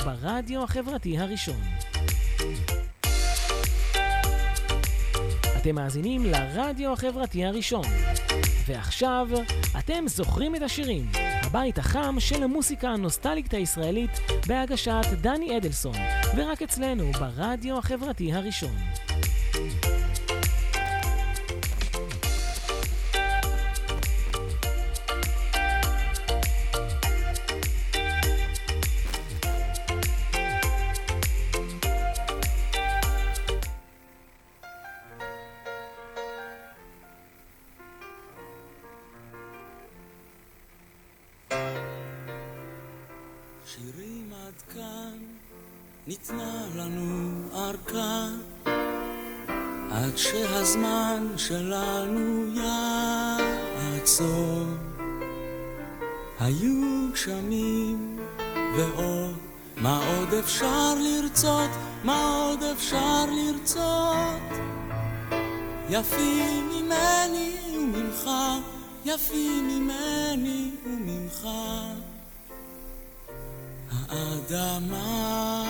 ברדיו החברתי הראשון. אתם מאזינים לרדיו החברתי הראשון. ועכשיו, אתם זוכרים את השירים, הבית החם של המוסיקה הנוסטלגית הישראלית בהגשת דני אדלסון, ורק אצלנו ברדיו החברתי הראשון. שירים עד כאן, ניתנה לנו ארכה, עד שהזמן שלנו יעצור. היו גשמים ועוד, מה עוד אפשר לרצות, מה עוד אפשר לרצות. יפים ממני וממך, יפים ממני וממך. האדמה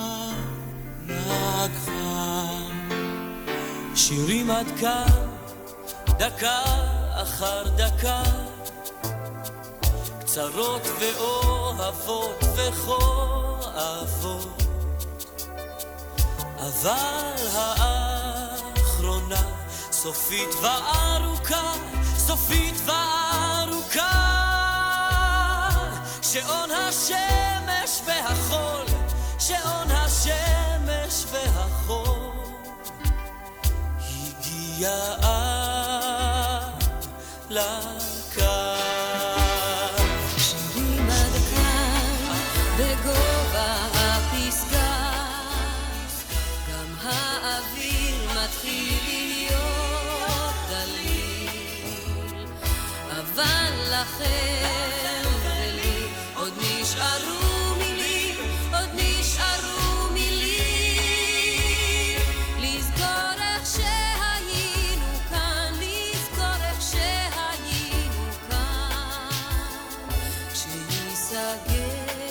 לקחה. שירים עד כאן, דקה אחר דקה, קצרות ואוהבות וכואבות, אבל האחרונה סופית וארוכה, סופית וארוכה. שעון השמש והחול, שעון השמש והחול, הגיע לקו. שירים עד כאן בגובה הפסגה, גם האוויר מתחיל להיות דליל, אבל לכם ולי עוד נשארו מילים, עוד נשארו מילים, לזכור איך שהיינו כאן, לזכור איך שהיינו כאן, כשיסגר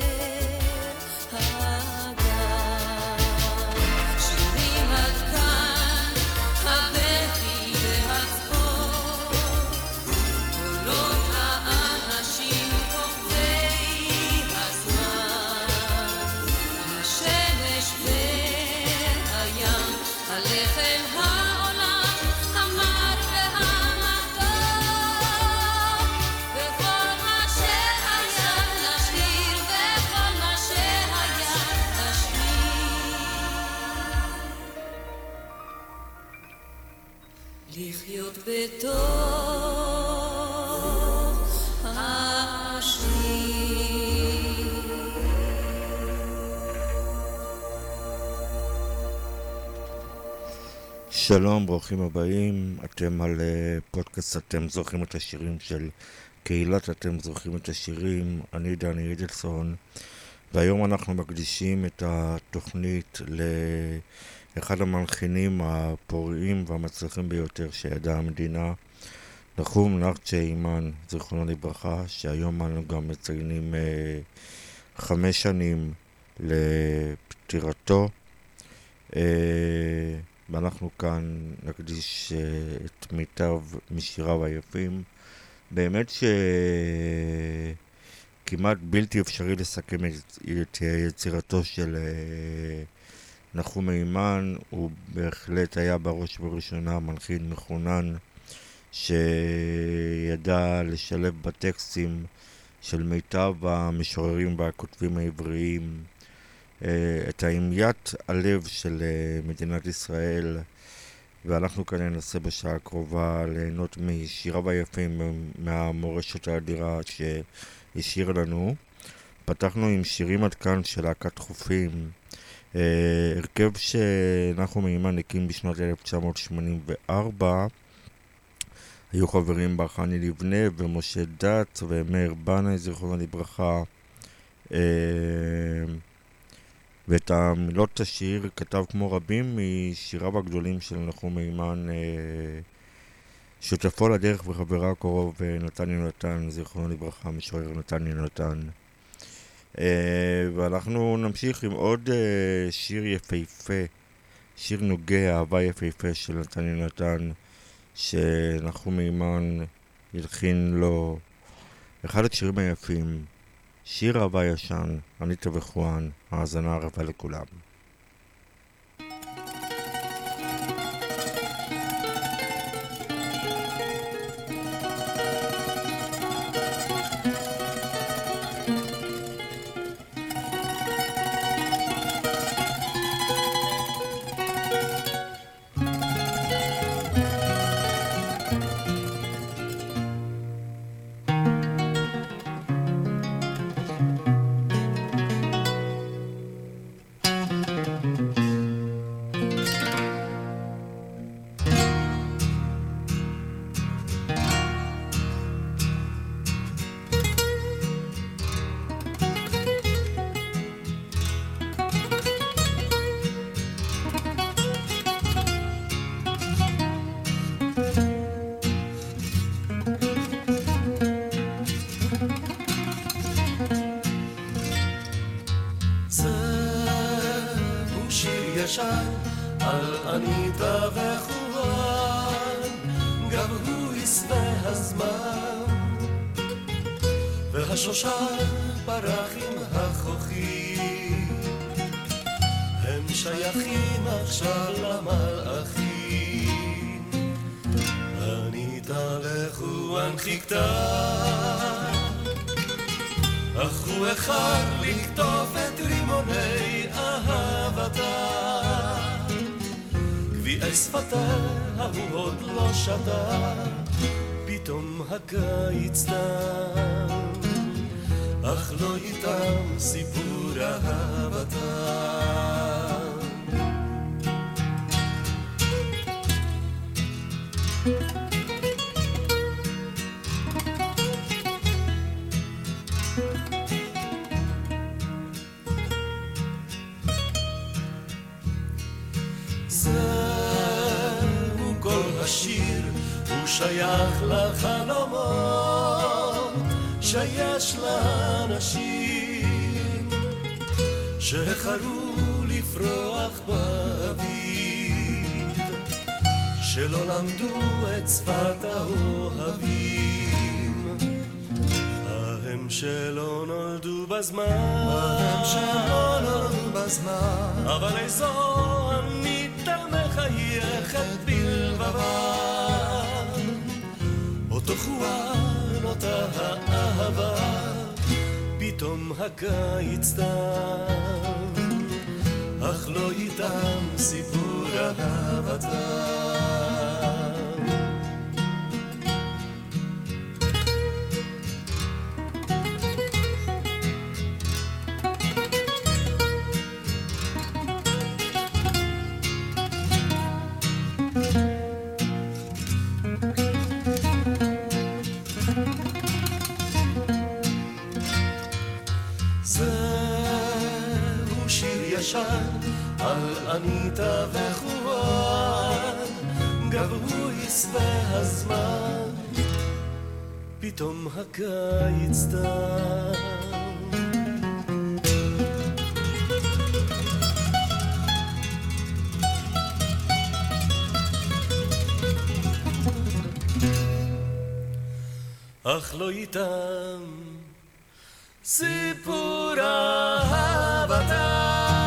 הגן. שירים עד כאן, הבכי והצחוק, קולות האנשים כוכבי הזמן, השמש והים, הלחם העולם, המר והמתוק, וכל מה שהיה נשאיר, וכל מה שהיה נשאיר. לחיות בתוך השיר. שלום, ברוכים הבאים. אתם על פודקאסט אתם זוכרים את השירים של קהילת אתם זוכרים את השירים. אני דני אדלסון, והיום אנחנו מקדישים את התוכנית לאחד המלחינים הפוריים והמצליחים ביותר שידעה המדינה, נחום נחצ'ה אימן, זיכרונו לברכה, שהיום אנו גם מציינים 5 שנים לפטירתו. ואנחנו כאן נקדיש את מיטב משיריו היפים. באמת שכמעט בלתי אפשרי לסכם את יצירתו של נחום אימן. הוא בהחלט היה בראש ובראשונה מלחין מחונן, שידע לשלב בטקסטים של מיטב המשוררים והכותבים העבריים את העמיית הלב של מדינת ישראל, ואנחנו כאן ננסה בשעה הקרובה ליהנות משיריו היפים, מהמורשת האדירה שהשאיר לנו. פתחנו עם שירים עד כאן של להקת חופים, הרכב שנחום אימן הקים בשנת 1984. היו חברים בה חני לבנה ומשה דת ומאיר בנאי, זיכרונו לברכה. ואת המילות השיר כתב כמו רבים משיריו הגדולים של נחום אימן, שותפו לדרך וחברה הקרוב נתן יונתן, זיכרונו לברכה, משורר נתן יונתן. ואנחנו נמשיך עם עוד שיר יפהפה, שיר נוגע, אהבה יפהפה של נתן יונתן, שנחום מימן הלחין לו אחד השירים היפים, שיר אהבה ישן, אניטה וחואן, האזנה הרבה לכולם. על אניטה וחואן, גם הוא יסווה הזמן, והשושן פרח עם החוכים, הם שייכים עכשיו למלאכים. אניטה לחואן חיכתה, אך הוא אחד לכתוב את רימוני אהבתה, גביעי שפתיה הוא עוד לא שתה, פתאום הקיץ תם, אך לא איתם סיפור אהבתה. השיר הוא שייך לחלומות שיש לאנשים שהחרו לפרוח באביב, שלא למדו את שפת האוהבים, ההם שלא נולדו בזמן, אבל איזו אניטה מחייכת בלבבה, אותו חואן, אותה האהבה, פתאום הקיץ תם, אך לא איתם סיפור אהבתה. על אניטה וחואן, גם הוא יסווה הזמן, פתאום הקיץ תם. אך לא איתם סיפור אהבתה.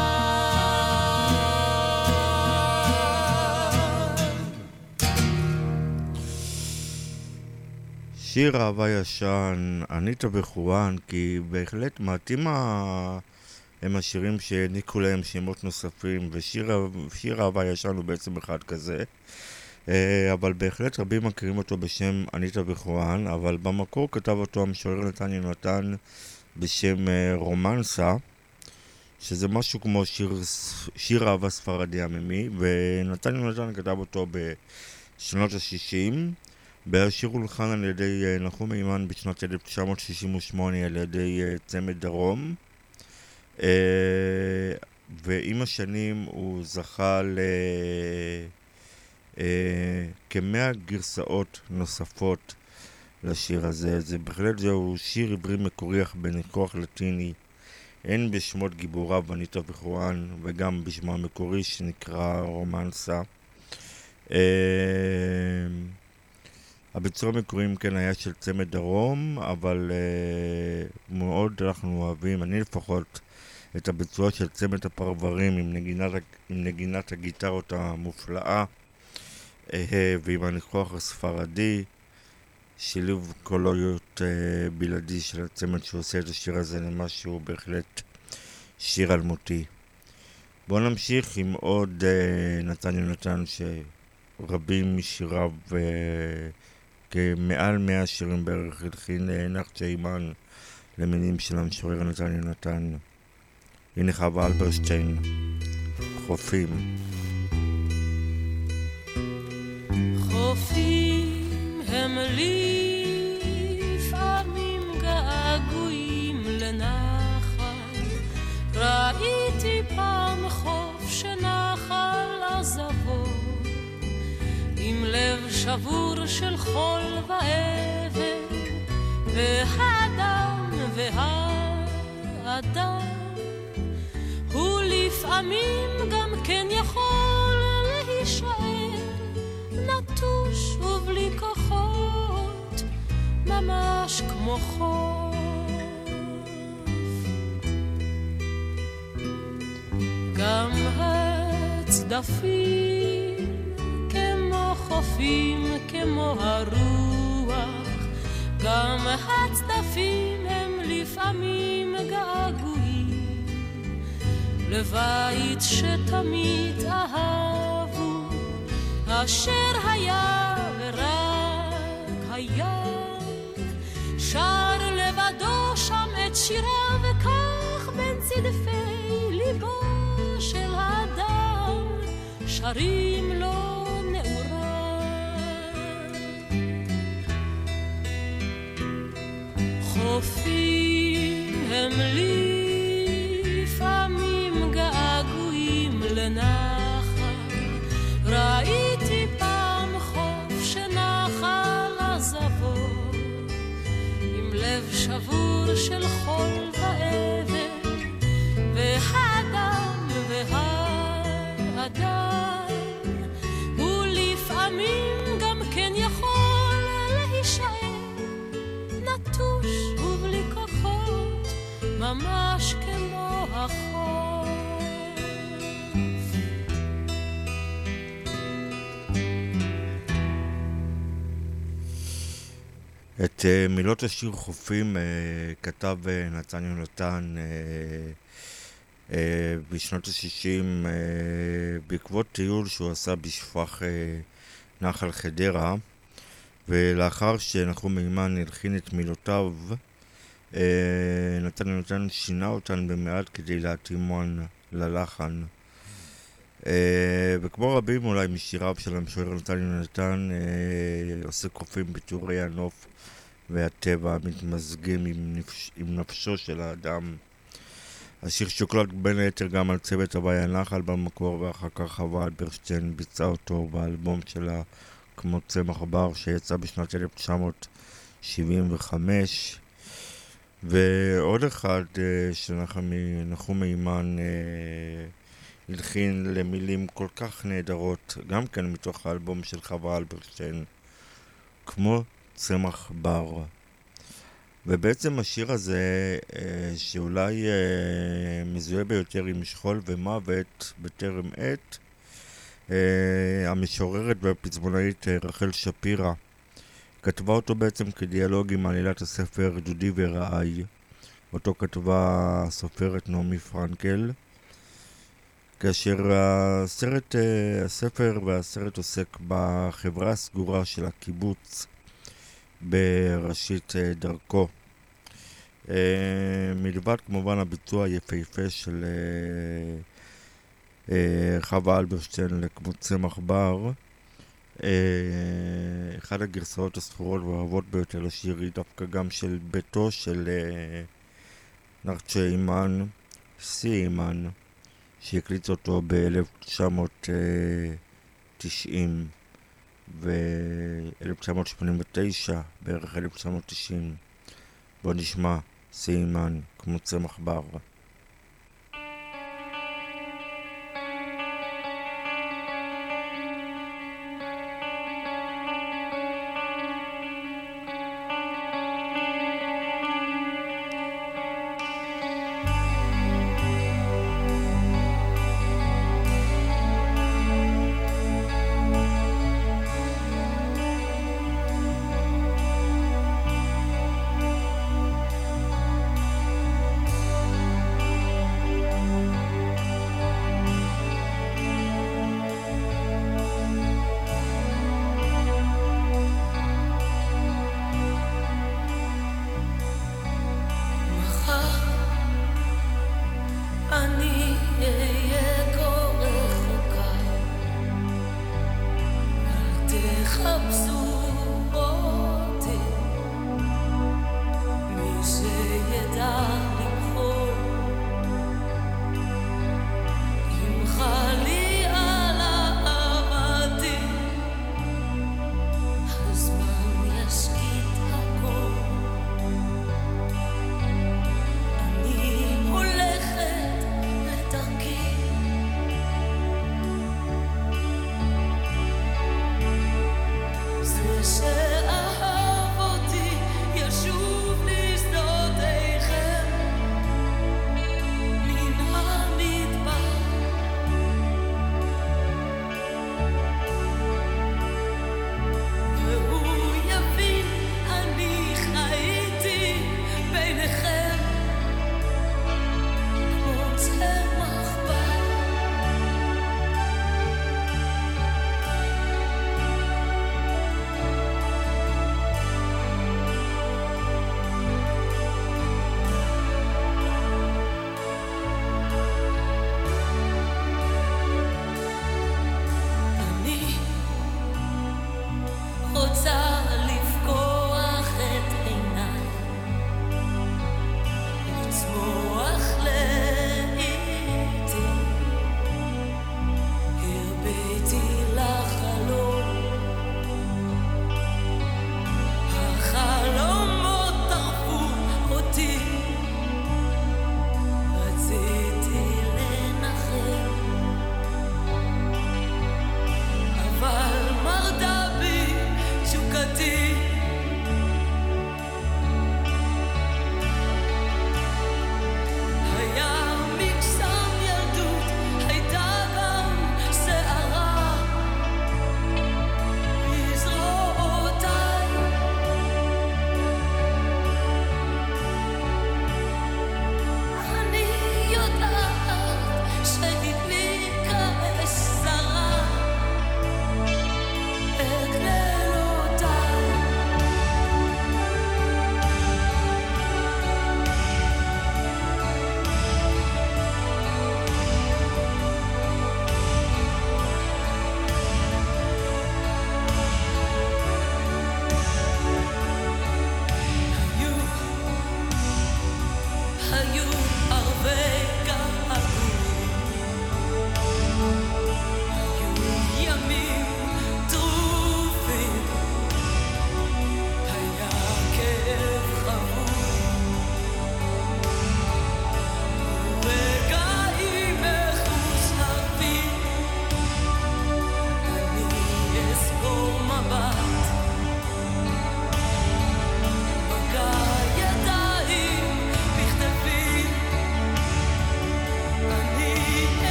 שיר אהבה ישן, אניטה וחואן, כי בהחלט מעטים הם השירים שהעניקו להם שמות נוספים, ושיר אהבה ישן הוא בעצם אחד כזה, אבל בהחלט רבים מכירים אותו בשם אניטה וחואן, אבל במקור כתב אותו המשורר נתן יונתן בשם רומנסה, שזה משהו כמו שיר אהבה ספרדי עממי, ונתן יונתן כתב אותו בשנות ה-60, והשיר הולחן על ידי נחום מימן בשנת 1968 על ידי צמד דרום, ועם השנים הוא זכה כ100 גרסאות נוספות לשיר הזה. זה בהחלט זהו שיר עברי מקורי אך בניחוח לטיני הן בשמות גיבוריו וניטה וחואן, וגם בשמו המקורי שנקרא רומנסה. הביצוע המקורי אם כן היה של צמד דרום, אבל מאוד אנחנו אוהבים, אני לפחות, את הביצוע של צמד הפרברים עם נגינת הגיטרות המופלאה ועם הניחוח הספרדי, שילוב קולוריות בלעדי של הצמד שעושה את השיר הזה למשהו בהחלט שיר אלמותי. בואו נמשיך עם עוד נתן יונתן שרבים משיריו כמעל 100 שירים בערך הלחין נחצ'ה אימן למילים של המשורר נתן יונתן. הנה חווה אלברשטיין, חופים. חופים הם לי לפעמים געגועים לנחל, ראיתי פעם חוף שנחל עזבו, עם לב שבור של חול ואבן, והאדם והאדם הוא לפעמים גם כן יכול להישאר נטוש ובלי כוחות, ממש כמו חוף. גם הצדפים כמו חופים, כמו הרוח, גם הצדפים הם לפעמים געגועים לבית שתמיד אהבו, אשר היה ורק היה, שר לבדו שם את שירה, וכך בין צדפי ליבו של האדם שרים לו נעורה. חופים הם לפעמים געגועים לנחל, ראיתי פעם חוף שנחל עזבו, עם לב שבור של חול ואבן, והאדם והאדם הוא לפעמים גם כן יכול להישאר נטוש ובלי כוחות, ממש כמו החוף. את מילות השיר חופים כתב נתן יונתן בשנות ה-60 בעקבות טיול שהוא עשה בשפך נחל חדרה, ולאחר שנחום הימן הלחין את מילותיו, נתן יונתן שינה אותן במעט כדי להתאימן ללחן. וכמו רבים אולי משיריו של המשורר נתן יונתן, עושה חופים בתיאורי הנוף והטבע מתמזגים עם נפשו של האדם. השיר שוקלט בין היתר גם על צוות הווי הנחל במקור, ואחר כך חווה אלברשטיין ביצעה אותו באלבום שלה כמו צמח בר שיצא בשנת 1975. ועוד אחד שנחום הימן הלחין למילים כל כך נהדרות, גם כן מתוך האלבום של חווה אלברשטיין, כמו צמח בר. ובעצם השיר הזה, שאולי מזוהה ביותר עם שכול ומוות בטרם עת, המשוררת והפזמונאית רחל שפירא כתבה אותו בעצם כדיאלוג עם עלילת הספר דודי ורעי, אותו כתבה הסופרת נעמי פרנקל, כאשר הספר והסרט עוסק בחברה הסגורה של הקיבוץ בראשית דרכו. מלבד כמובן הביצוע היפהפה של חווה אלברשטיין כמו צמח בר, אחד הגרסאות הספורות והאהובות ביותר לשיר היא דווקא גם של ביתו של נחצ'ה אימן, סי אימן, שהקליט אותו ב-1990 ו-1989, בערך 1990. בוא נשמע סי אימן כמו צמח בר.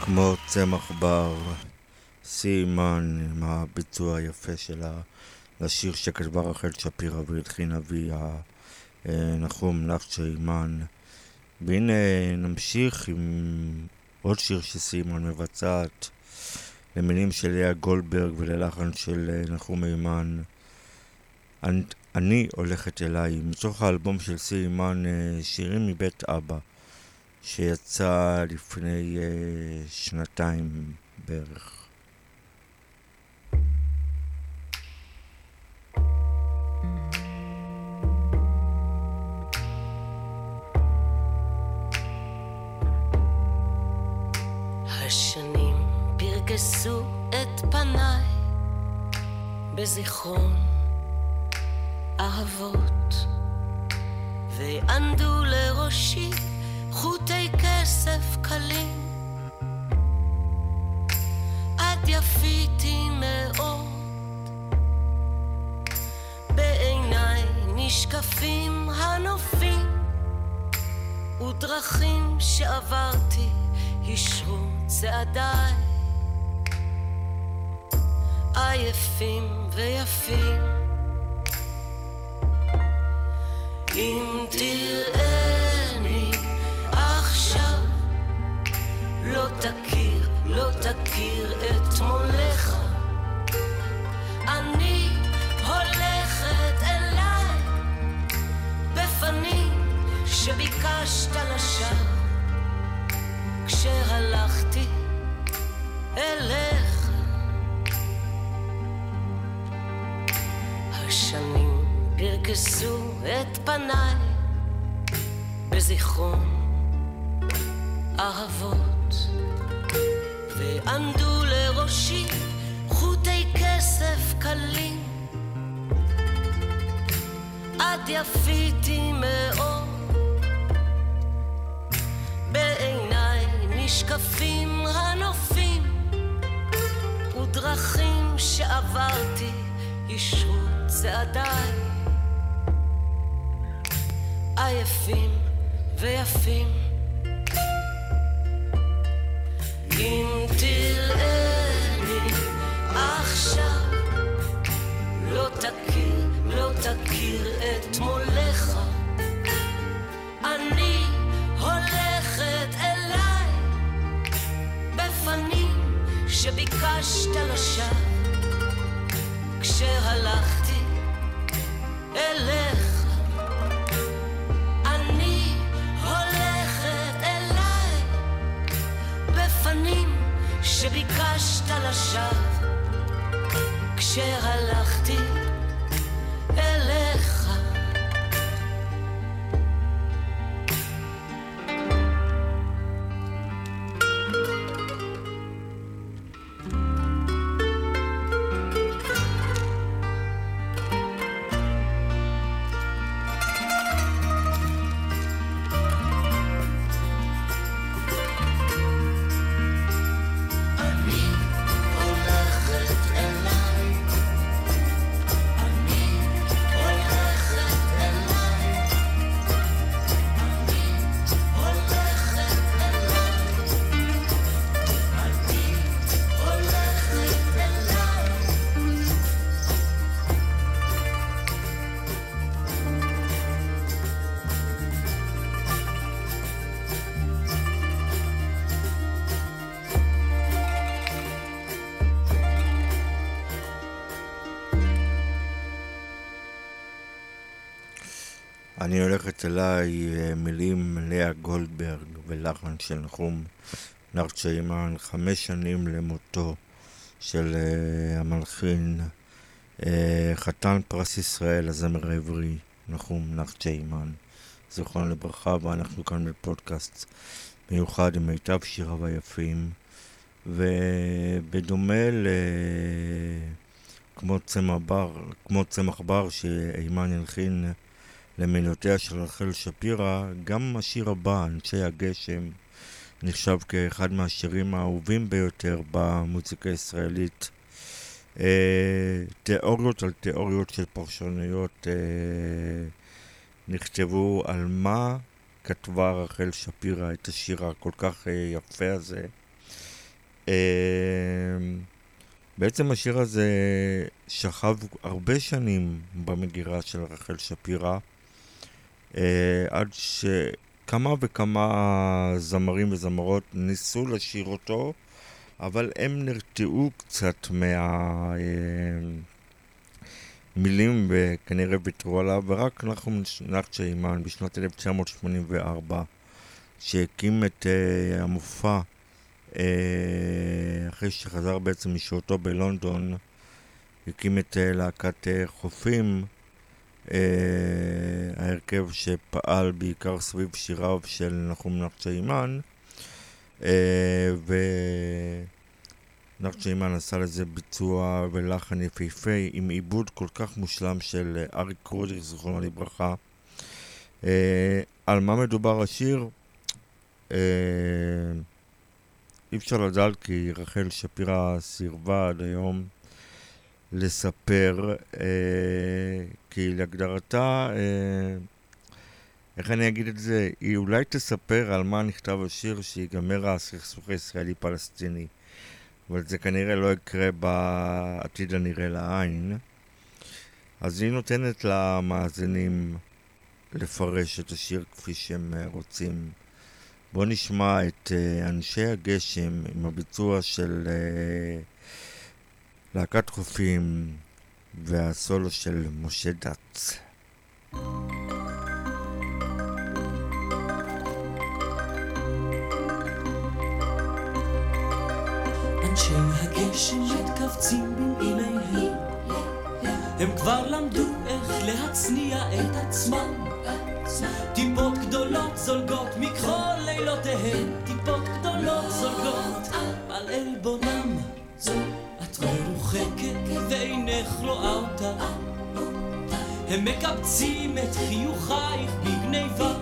כמו צמח בר, סימן עם הביצוע היפה שלה לשיר שכתבה רחל שפירא והלחין אביה נחום נחצ'יימן. והנה נמשיך עם עוד שיר שסימן מבצעת למילים של לאה גולדברג וללחן של נחום מימן. אני הולכת אליי, מתוך האלבום של סימן שירים מבית אבא שיצא לפני 2 בערך. השנים פרקסו את פניי בזיכרון אהבות וענדו לראשי חוטי כסף קלים. את יפיתי מאוד, בעיניי נשקפים הנופים ודרכים שעברתי ישרו צעדיי, עייפים ויפים. אם תראני עכשיו לא תכיר את מולך. אני הולכת אליי בפנים שביקשת לשווא כשהלכתי אליך. השנים פרקסו את פניי בזיכרון אהבות וענדו לראשי חוטי כסף קלים. את יפיתי מאוד, בעיניי נשקפים הנופים ודרכים שעברתי ישרו צעדיי, עייפים ויפים. אם תראני עכשיו לא תכיר את מולך. אני הולכת אליי בפנים שביקשת לשווא כשהלכתי אליך. אני הולכת אליי בפנים שביקשת לשווא כשהלכתי אליך. אני הולכת אליי, מילים לאה גולדברג ולחן של נחום נחצ'יימן. 5 שנים למותו של המלחין, חתן פרס ישראל, הזמר העברי, נחום נחצ'יימן, זכרון לברכה. ואנחנו כאן בפודקאסט מיוחד עם מיטב שיריו היפים, ובדומה כמו צמח בר שאימן הלחין למילותיה של רחל שפירא, גם השיר הבא, אנשי הגשם, נחשב כאחד מהשירים האהובים ביותר במוזיקה הישראלית. תיאוריות על תיאוריות של פרשנויות נכתבו על מה כתבה רחל שפירא את השיר הכל כך יפה הזה. בעצם השיר הזה שכב הרבה שנים במגירה של רחל שפירא, עד שכמה וכמה זמרים וזמרות ניסו לשיר אותו, אבל הם נרתעו קצת מהמילים וכנראה ויתרו עליו, ורק נחום נחצ'ה-אימן בשנת 1984, שהקים את המופע, אחרי שחזר בעצם משהותו בלונדון, הקים את להקת חופים, ההרכב שפעל בעיקר סביב שיריו של נחום נחצ'ה-אימן, נחצ'ה-אימן עשה לזה ביצוע ולחן יפהפה עם עיבוד כל כך מושלם של אריק קרוליך, זכרונו לברכה. על מה מדובר השיר? אי אפשר לדעת, כי רחל שפירא סירבה עד היום לספר, כי להגדרתה, איך אני אגיד את זה, היא אולי תספר על מה נכתב השיר שיגמר הסכסוך הישראלי-פלסטיני, אבל זה כנראה לא יקרה בעתיד הנראה לעין. אז היא נותנת למאזינים לפרש את השיר כפי שהם רוצים. בואו נשמע את אנשי הגשם עם הביצוע של להקת חופים והסולו של משה דץ. אנשי הגשם מתכווצים במעיליהם, הם כבר למדו איך להצניע את עצמם. טיפות גדולות זולגות מכחול לילותיהם, טיפות גדולות זולגות על עלבונם. את מרוחקת ואינך רואה אותה, הם מקבצים את חיוכייך בגניבה,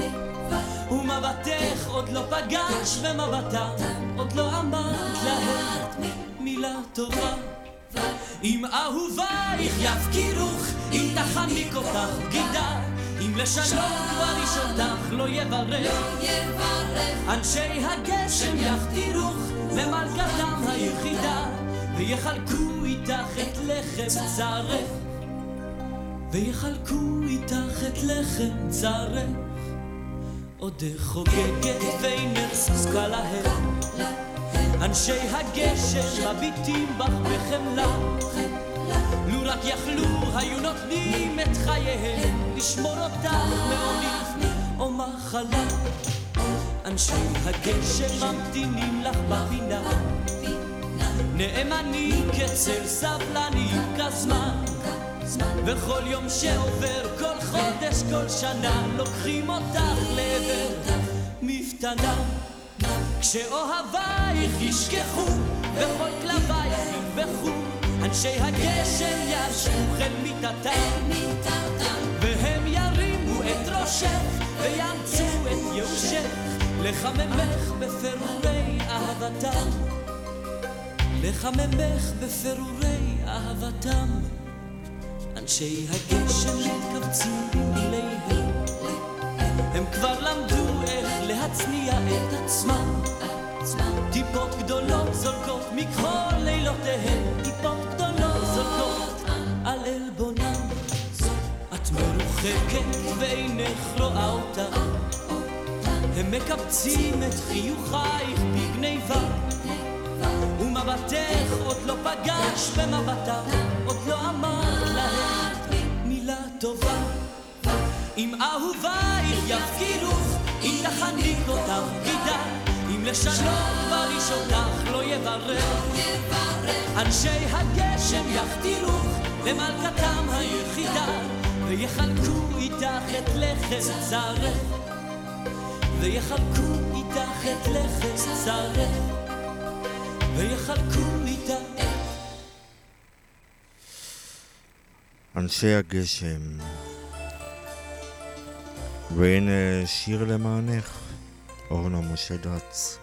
ומבטך עוד לא פגש במבטם, עוד לא אמרת להם מילה טובה. אם אהובייך יפקירוך, אם תחניק אותך בגידה, אם לשלום כבר איש אותך לא יברך, אנשי הגשם יחתירוך למלכתם היחידה, ויחלקו איתך את לחם צרך, ויחלקו איתך את לחם צרך. עודך חוגגת ואינך זקוקה להם, אנשי הגשם מביטים בך בחמלה, לו רק יכלו היו נותנים את חייהם לשמור אותך מעוני או מחלה. אנשי הגשם ממתינים לך בפינה, נאמנים כצל סבלנים כזמן, וכל יום שעובר, כל חודש, כל שנה, לוקחים אותך לעבר מפתנה. כשאוהבייך ישכחו וכל כלבייך ינבחו, אנשי הגשם ישבו אל מיטתם, והם ירימו את ראשך ויאמצו את יאושך, לחממך בפירורי אהבתם, לחממך בפירורי אהבתם. אנשי הגשם מתכווצים במיליהם, הם כבר למדו איך להצניע את עצמם. טיפות גדולות זולגות מכחול לילותיהם, טיפות גדולות זולגות על עלבונם. את מרוחקת ואינך רואה אותה, הם מקבצים את חיוכייך בגניבה, ומבטך עוד לא פגש במבטה, עוד לא אמרת להם מילה טובה. אם אהובייך יפקירוך, אם תחניק אותך בגידה, אם לשלום כבר איש אותך לא יברך, אנשי הגשם יחתירוך למלכתם היחידה, ויחלקו איתך את לחם צרך, ויחלקו איתך את לחם צרך, ויחלקו איתך. אנשי הגשם, והנה שיר למענך, אורנה משה דץ.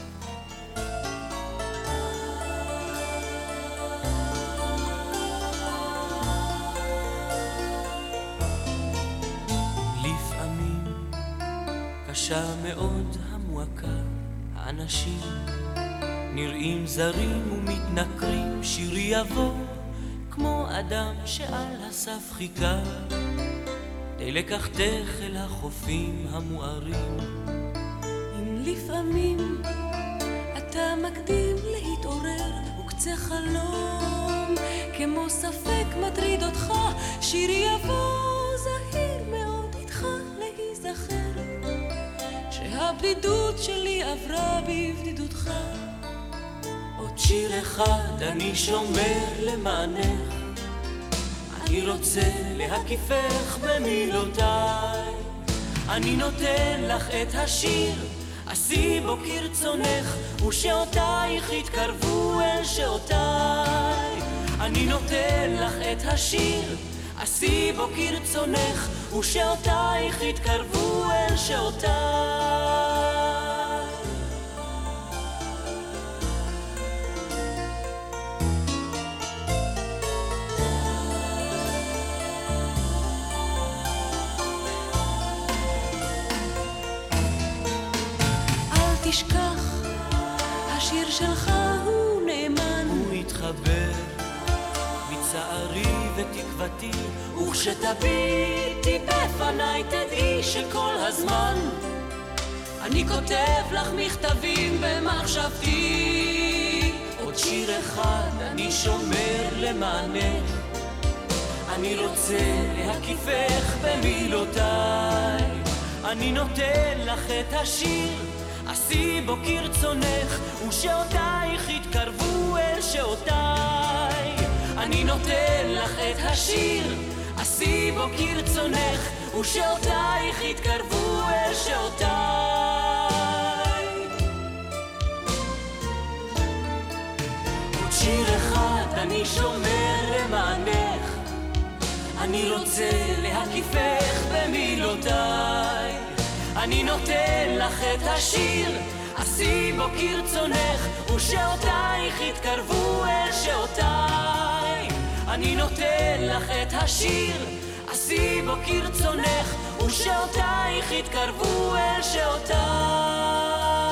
לפעמים קשה מאוד המועקה, האנשים נראים זרים ומתנכרים, שירי יבוא כמו אדם שעל הסף חיכה, די לקחתך אל החופים המוארים. אם לפעמים אתה מקדים להתעורר וקצה חלום כמו ספק מטריד אותך, שירי יבוא זהיר מאוד איתך להיזכר שהבדידות שלי עברה בבדידותך. עוד שיר אחד אני שומר למענך, אני רוצה להקיפך במילותיי, אני נותן לך את השיר, עשי בו כרצונך, ושעותייך יתקרבו אל שעותיי. אני נותן לך את השיר, עשי בו כרצונך, ושעותייך יתקרבו אל שעותיי. תשכח, השיר שלך הוא נאמן, הוא יתחבר מצערי ותקוותי, וכשתביטי בפניי תדעי שכל הזמן אני כותב לך מכתבים במחשבתי. עוד שיר אחד אני שומר למענך, אני רוצה להקיפך במילותיי, אני נותן לך את השיר, עשי בו כרצונך, ושעותייך יתקרבו אל שעותיי. אני נותן לך את השיר, עשי בו כרצונך, ושעותייך יתקרבו אל שעותיי. עוד שיר אחד אני שומר למענך, אני רוצה להקיפך במילותיי, אני נותן לך את השיר, עשי בו כרצונך, ושעותייך יתקרבו אל שעותיי. אני נותן לך את השיר, עשי בו כרצונך, ושעותייך יתקרבו אל שעותיי.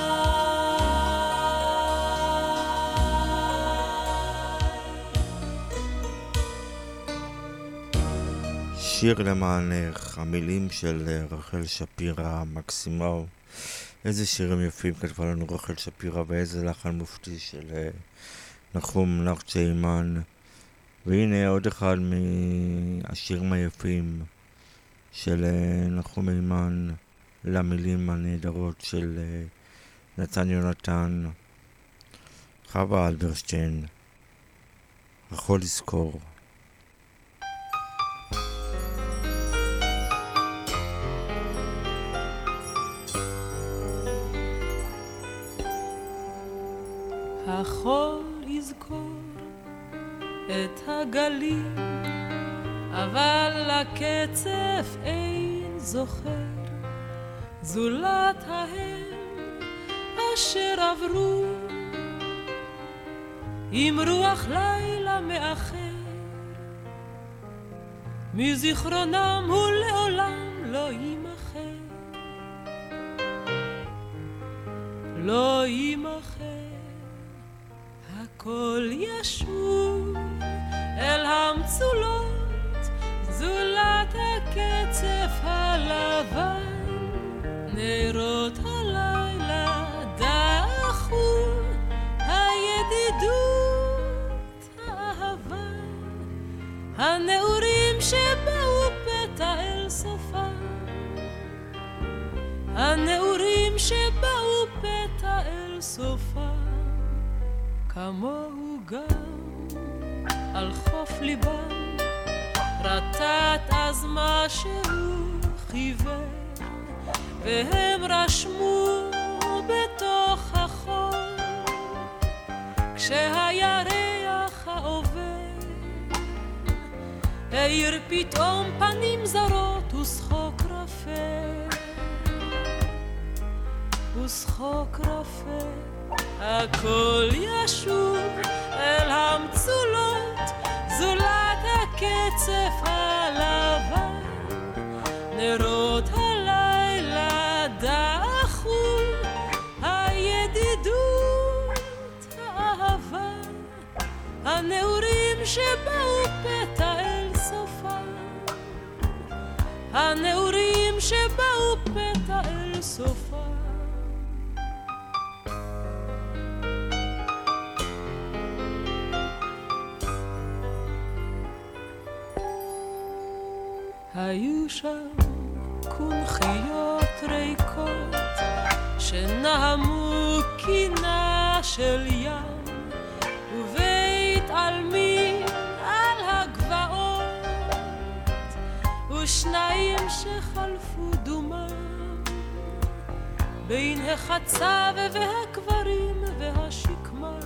שיר למענך, המילים של רחל שפירא המקסימה. איזה שירים יפים כתבה לנו רחל שפירא, ואיזה לחן מופתי של נחום נחצ'יימן. והנה עוד אחד מהשירים היפים של נחום אימן למילים הנהדרות של נתן יונתן. חווה אלברשטיין, יכול לזכור. החול יזכור את הגלים, אבל לקצף אין זוכר, זולת ההם אשר עברו עם רוח לילה מאחר, מזיכרונם הוא לעולם לא יימחר, לא יימחר. הכל ישוב אל המצולות, זולת הקצף הלבן, נרות הלילה דחו, הידידות, האהבה, הנעורים שבאו פתע אל סופם, הנעורים שבאו פתע אל סופם. כמוהו גם על חוף ליבם, רטט אז משהו חיוור, והם רשמו בתוך החול, כשהירח העובר העיר פתאום פנים זרות ושחוק רפה, ושחוק רפה. הכל ישוב אל המצולות, זולת הקצף הלבן, נרות הלילה דחו, הידידות, שבאו פתע אל סופם, הנעורים שבאו פתע אל סופם. היו שם קונכיות ריקות שנהמו קינה של ים, ובית עלמין על הגבעות, ושניים שחלפו דומם בין החצב והקברים והשקמה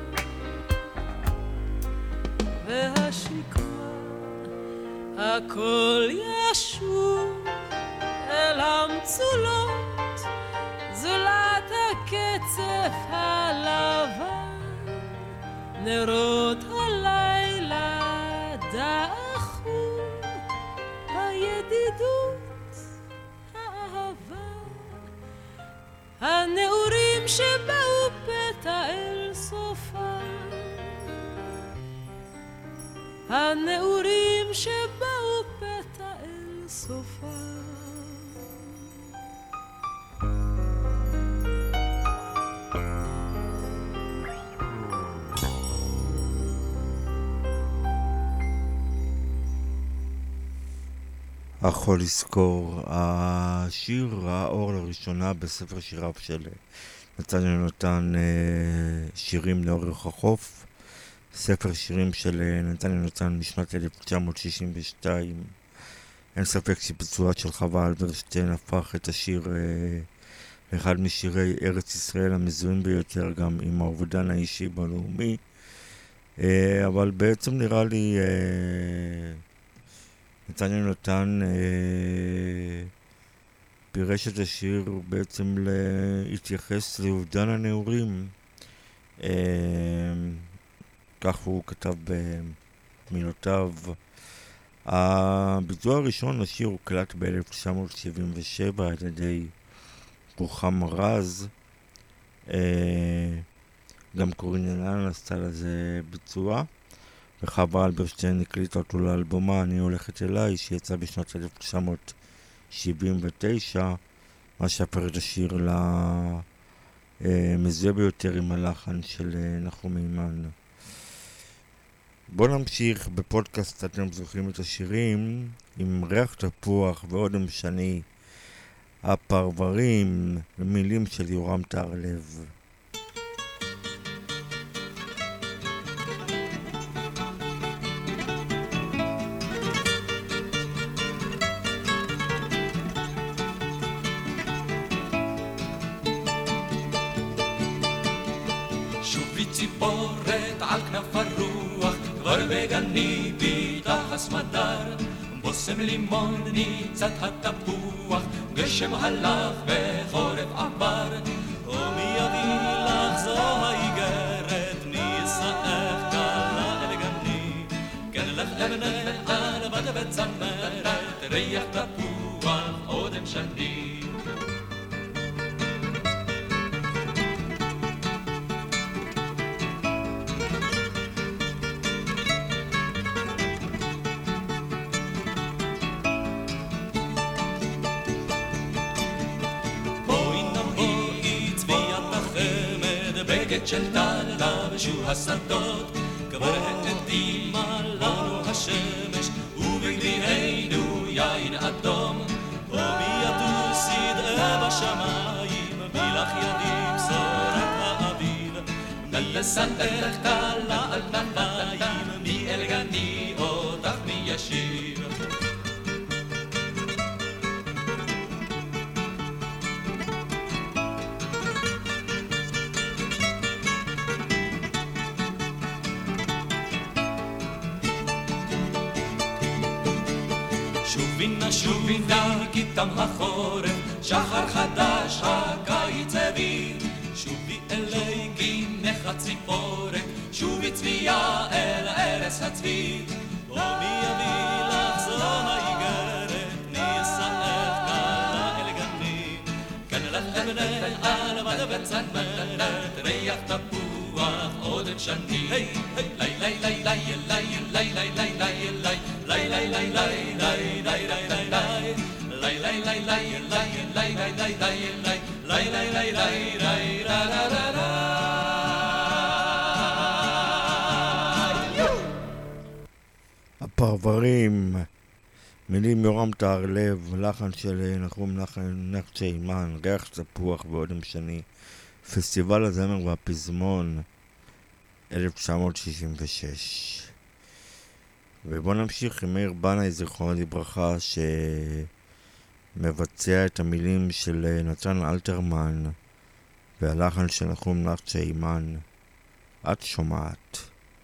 הכל ישוב אל המצולות, זולת הקצף הלבן, נרות הלילה דעכו, הידידות, האהבה, הנעורים שבאו פתע אל סופם, הנעורים שבאו פתע אל סופם. יכול לזכור, השיר ראה אור לראשונה בספר שיריו של נתן יונתן, שירים לאורך החוף, ספר שירים של נתן יונתן משנת 1962. אין ספק שביצועה של חווה אלברשטיין הפך את השיר לאחד משירי ארץ ישראל המזוהים ביותר, גם עם האובדן האישי בלאומי, אבל בעצם נראה לי נתן יונתן פירש את השיר בעצם להתייחס לאובדן הנעורים, כך הוא כתב במילותיו. הביצוע הראשון לשיר הוקלט ב-1977 על ידי רוחמה רז, גם קורין אלן עשתה לזה ביצוע, וחווה אלברשטיין הקליטה אותו לאלבומה אני הולכת אליי, שיצא בשנת 1979, מה שהפך את השיר למזוהה ביותר עם הלחן של נחום מימן. בואו נמשיך בפודקאסט אתם זוכרים את השירים עם ריח תפוח ואודם שני, הפרברים, מילים של יורם טהרלב. ציפורת על כנף הרוח, כבר בגני ביטחס מדר, בוסם לימון ניצת התפוח, גשם הלך וחורף עבר, ומי יביא לך זו האיגרת, נישאך קלה אל גני, כן לך אבנה ענבת וצמרת, ריח תפוח אודם שני. של טלה ושוב השדות, כבר הקדימה לנו השמש, ובגדינו יין אדום, ומי יטוס ידעה בשמיים, מלך ידים בשורת האביב, נלסנך טלה על כנפיים, מי אל גני אותך מי ישיב. שובי נא כי תם החורף, שחר חדש הקיץ הביא, שובי אלי גינך הציפורת, שובי צביה אל ארץ הצבי, ומי יביא לך זו האיגרת, נישאך קלה אל גני, כאן לך אבנה ענבת וצמרת, ריח תפוח אודם שני, לי לי לי לי לי הפרברים, מילים יורם תהרלב, לחן של נחום נחצ'ה אימן, ריח תפוח ואודם שני, פסטיבל הזמר והפזמון 1966. ובואו נמשיך עם מאיר בנאי זיכרונו לברכה, שמבצע את המילים של נתן אלתרמן והלחן של נחום נחצ'ה אימן. את שומעת.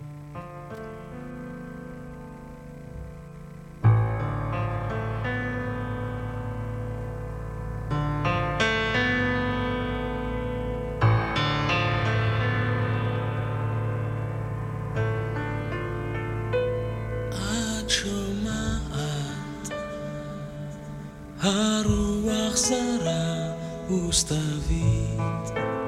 הרוח זרה וסתווית,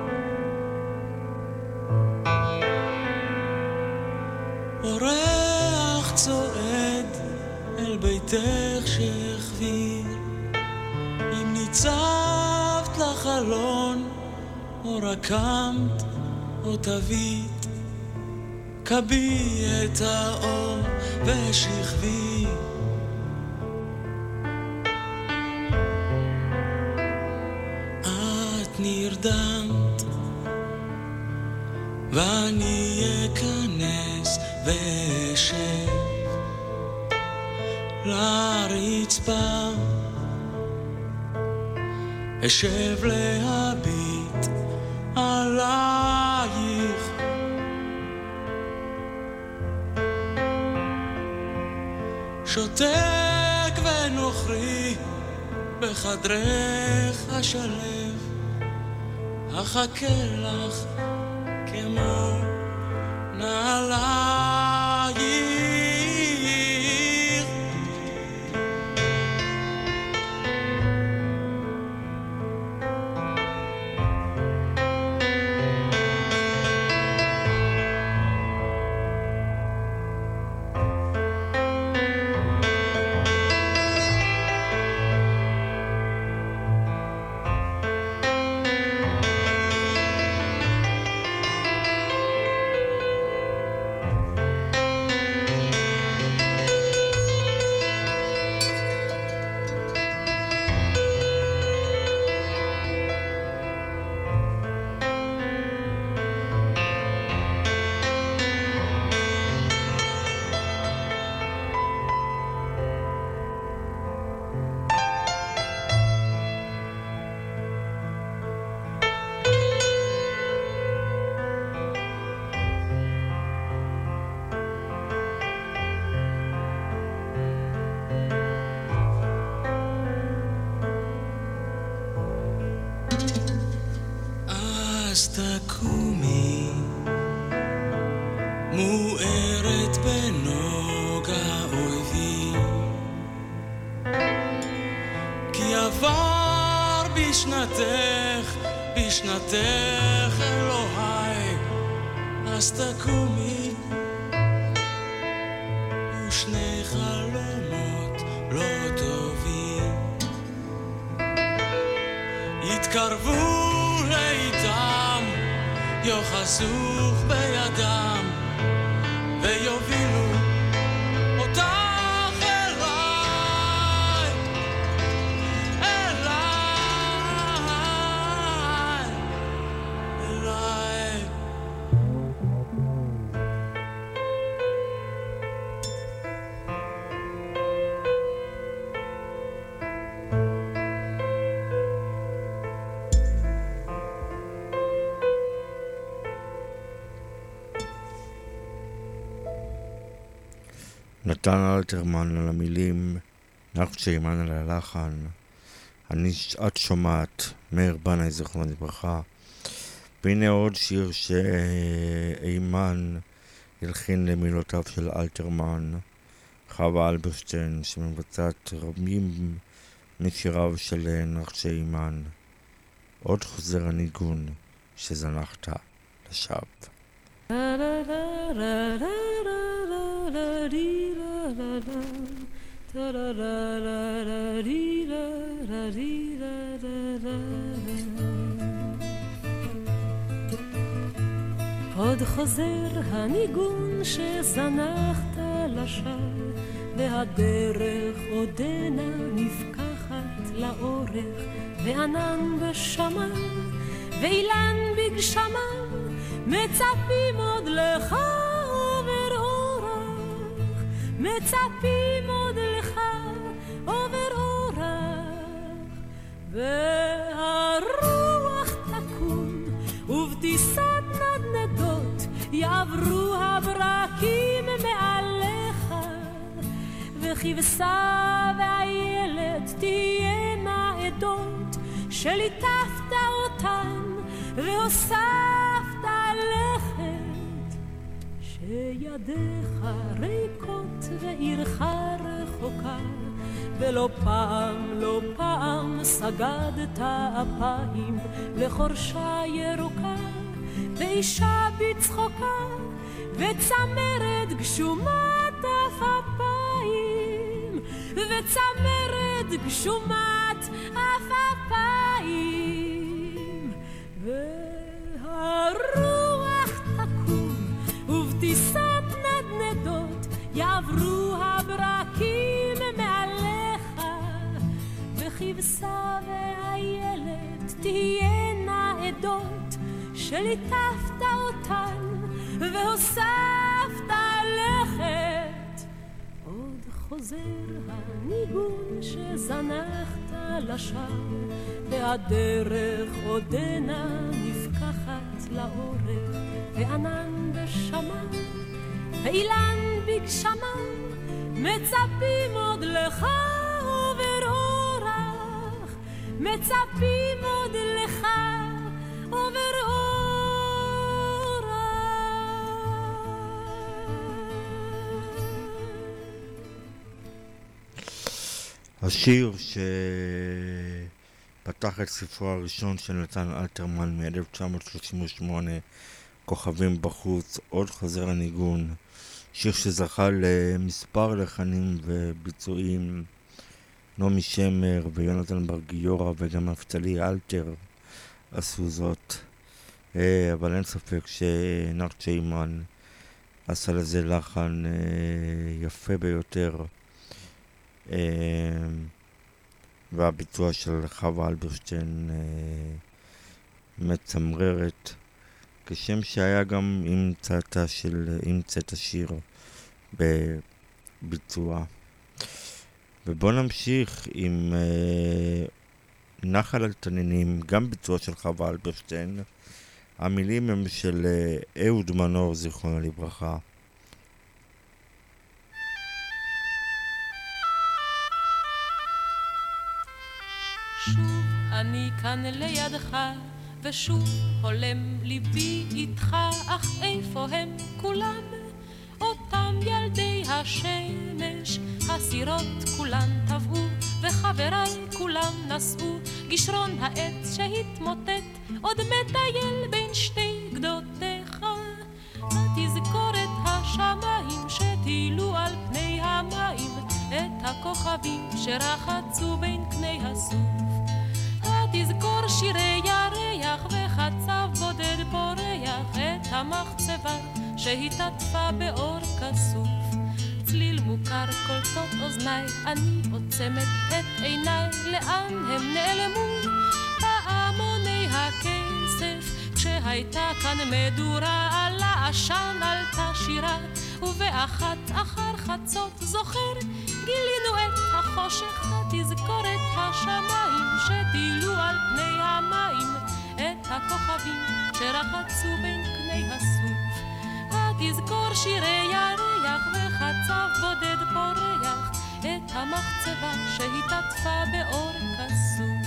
אורח צועד אל ביתך שחביר, אם ניצבת לחלון או רקמת או תווית, קבי את האור ושכבי, נרדמת ואני אכנס ואשב לרצפה, אשב להביט עלייך, שותק ונוכרי בחדרך השלב, אחכה לך כמו נעלייך. אז תקומי מוארת בנוגה אויבי, כי עבר בשנתך אלוהי, אז תקומי ושני חלומות לא טובים יתקרבו לאיתם, יוחזוך בידם ויובילו אותך אליי, אליי. נתן אלתרמן על המילים, נחצ'ה אימן על הלחן, את שומעת, מאיר בנאי זיכרונו לברכה. והנה עוד שיר שאימן הלחין למילותיו של אלתרמן, חווה אלברשטיין, שמבצעת רבים משיריו של נחצ'ה אימן. עוד חוזר הניגון שזנחת לשווא. עוד חוזר הניגון שזנחת לשווא, והדרך עודנה נפקחת לאורך, וענן בשמיים ואילן בגשמם, מצפים עוד לך עובר אורח, מצפים עוד לך עובר אורח, והרוח תקום ובטיסת נדנדות יעברו הברקים מעליך, וכבשה והילד תהיינה עדות שליטפת אותן והוספת לכת, שידיך ריקות ועירך רחוקה, ולא פעם, לא פעם סגדת אפיים לחורשה ירוקה, ואישה בצחוקה וצמרת גשומת אפיים, וצמרת גשומת אפיים, והרוח תקום ובטיסת נדנדות יעברו הברקים מעליך, וכבשה והילד תהיינה עדות שליטפת אותן והוספת לכת. עוד חוזר הניגון שזנחת לשווא, והדרך עודנה נפקחת לאורך, וענן בשמיים ואילן בגשמם, מצפים עוד לך עובר אורח, מצפים עוד לך עובר אורח. השיר שפתח את ספרו הראשון של נתן אלתרמן מ-1938, כוכבים בחוץ, עוד חוזר הניגון, שיר שזכה למספר לחנים וביצועים, נעמי שמר ויונתן בר גיורא וגם נפתלי אלתר עשו זאת, אבל אין ספק שנרט שיימן עשה לזה לחן יפה ביותר, והביצוע של חווה אלברשטיין מצמררת, כשם שהיה גם המצאת השיר בביצוע. ובוא נמשיך עם נחל על תנינים, גם ביצוע של חווה אלברשטיין. המילים הם של אהוד מנור, זיכרונו לברכה. שוב אני כאן לידך, ושוב הולם ליבי איתך, אך איפה הם כולם? אותם ילדי השמש, הסירות כולן טבעו, וחבריי כולם נשאו, גשרון העץ שהתמוטט, עוד מטייל בין שתי גדותיך. תזכור את השמיים שטילו על פני המים, את הכוכבים שרחצו בין קני הסוף. תזכור שירי ירח וחצב בודד פורח, את המחצבה שהתעטפה באור כסוף. צליל מוכר קולטות אוזניי, אני עוצמת את עיניי, לאן הם נעלמו? פעמוני הכסף, כשהייתה כאן מדורה, על העשן עלתה שירה, ובאחת אחר חצות זוכר, גילינו את החושך. תזכור את השמיים שטילו על פני המים, את הכוכבים שרחצו בין קני הסוף. תזכור שירי ירח וחצב בודד פורח, את המחצבה שהתעטפה באור כסוף.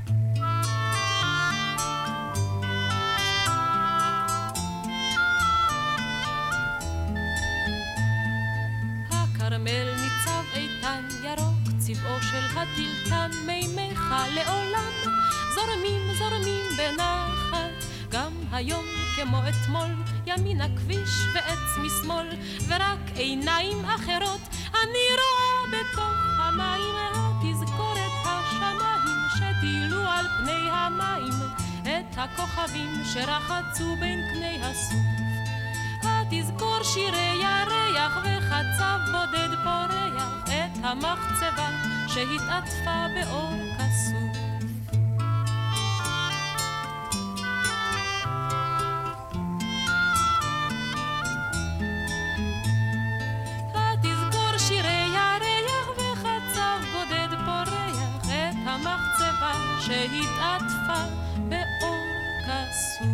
הכרמל ניצב איתן, ירוק צבעו של הטלטן, מימיך לעולם זורמים זורמים בנחת, גם היום כמו אתמול, ימין הכביש ועץ משמאל, ורק עיניים אחרות אני רואה בתוך המים. התזכורת השמיים שטילו על פני המים, את הכוכבים שרחצו בין קני הסוף. התזכור שירי ירח וחצב בודד פורח, את המחצבה שהתעטפה באור כסוף. התזכור שירי ירח וחצב בודד פורח, את המחצבה שהתעטפה באור כסוף.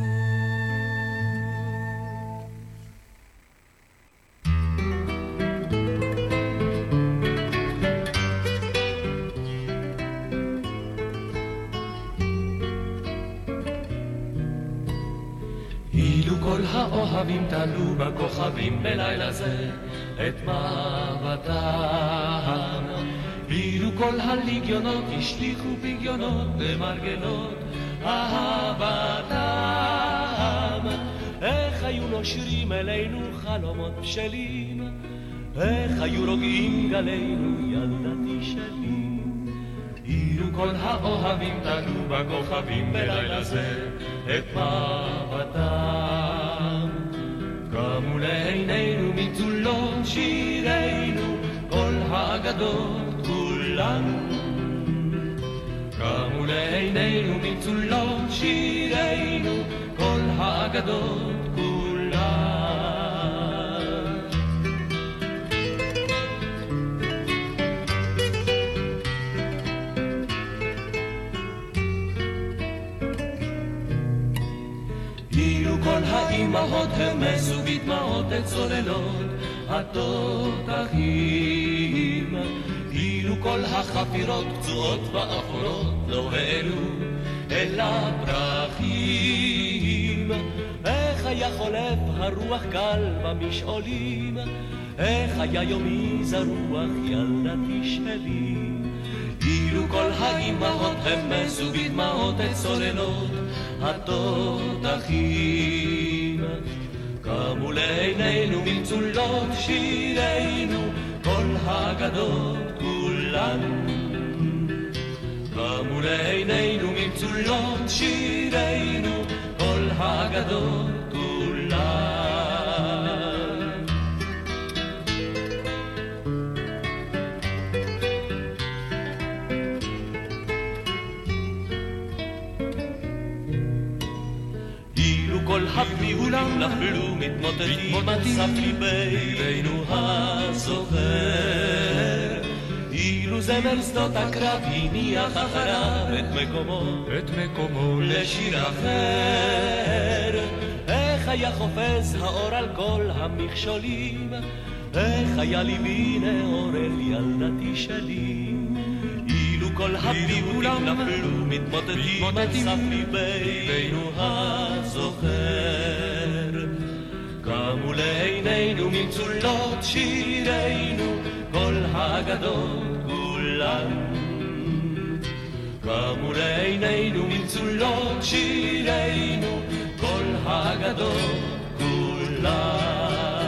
כל האוהבים תלו בכוכבים בלילה זה את מבטם, אילו כל הליגיונות השליחו פגיונות במרגלות אהבתם. איך היו נושרים אלינו חלומות בשלים, איך היו רוגעים גלינו ילדתי שלי. אילו כל האוהבים תלו בכוכבים בלילה זה את מבטם, קמו לעינינו מצולות שירינו כל האגדות כולן. קמו לעינינו מצולות שירינו כל האגדות כולן. כל האימהות המסו בדמעות את צוללות התותחים, אילו כל החפירות פצועות ואפורות לא העלו אל הפרחים. איך היה חולף הרוח קל במשעולים, איך היה יומי זרוח ילדתי שלי. אילו כל האימהות המסו בדמעות את צוללות התותחים, קמו לעינינו מצולות שירינו כל האגדות כולן. קמו לעינינו מצולות שירינו כל האגדות כולן. כל הפיולים נפלו מתמוטטים על סף ליבנו הזוכר, אילו זמר שדות הקרב הניח אחריו את מקומו לשיר אחר. איך היה חופש האור על כל המכשולים, איך היה ליבי נאור אל ילדתי שלי. אילו כל הפיולים נפלו מתמוטטים על סף ליבנו הזוכר, קמו לעינינו מצולות שירינו כל האגדות כולן. קמו לעינינו מצולות שירינו כל האגדות כולן.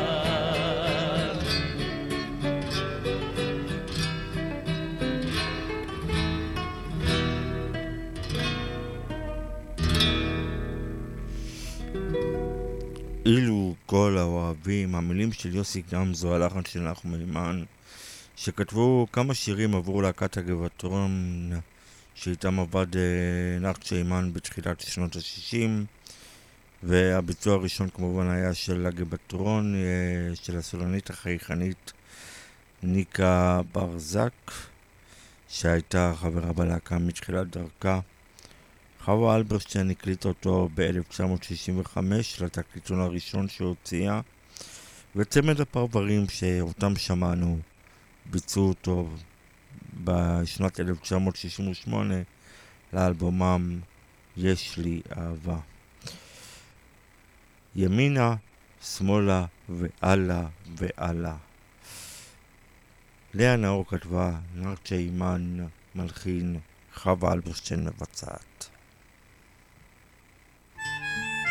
אילו כל האוהבים, המילים של יוסי גמזו, הלחן של נחום מימן, שכתבו כמה שירים עבור להקת הגבעתרון, שאיתם עבד נחצ'ה אימן בתחילת שנות ה-60, והביצוע הראשון כמובן היה של הגבעתרון, של הסולנית החייכנית ניקה ברזק, שהייתה חברה בלהקה מתחילת דרכה. חווה אלברשטיין הקליט אותו ב-1965 לתקליטון הראשון שהוציאה, וצמד הפרברים שאותם שמענו ביצעו אותו בשנת 1968 לאלבומם יש לי אהבה. ימינה, שמאלה ועלה ועלה. לאה נאור כתבה, נחצ'ה אימן מלחין, חווה אלברשטיין מבצעת.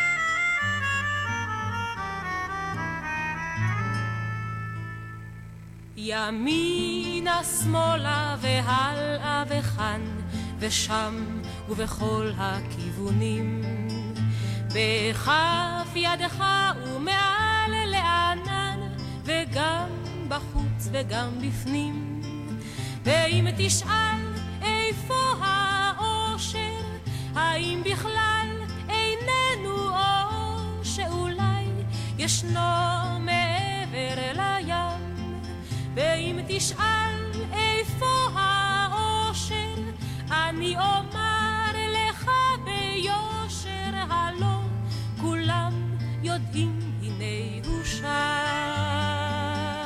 ימינה שמאלה והלאה וכאן ושם ובכל הכיוונים, בכף ידך ומעל לענן, וגם בחוץ וגם בפנים. ואם תשאל איפה האושר, האם בכלל איננו אור שאולי ישנו מעבר לים. ואם תשאל איפה האושר, אני אומר לך ביושר, הלא כולם יודעים הנה הוא שם.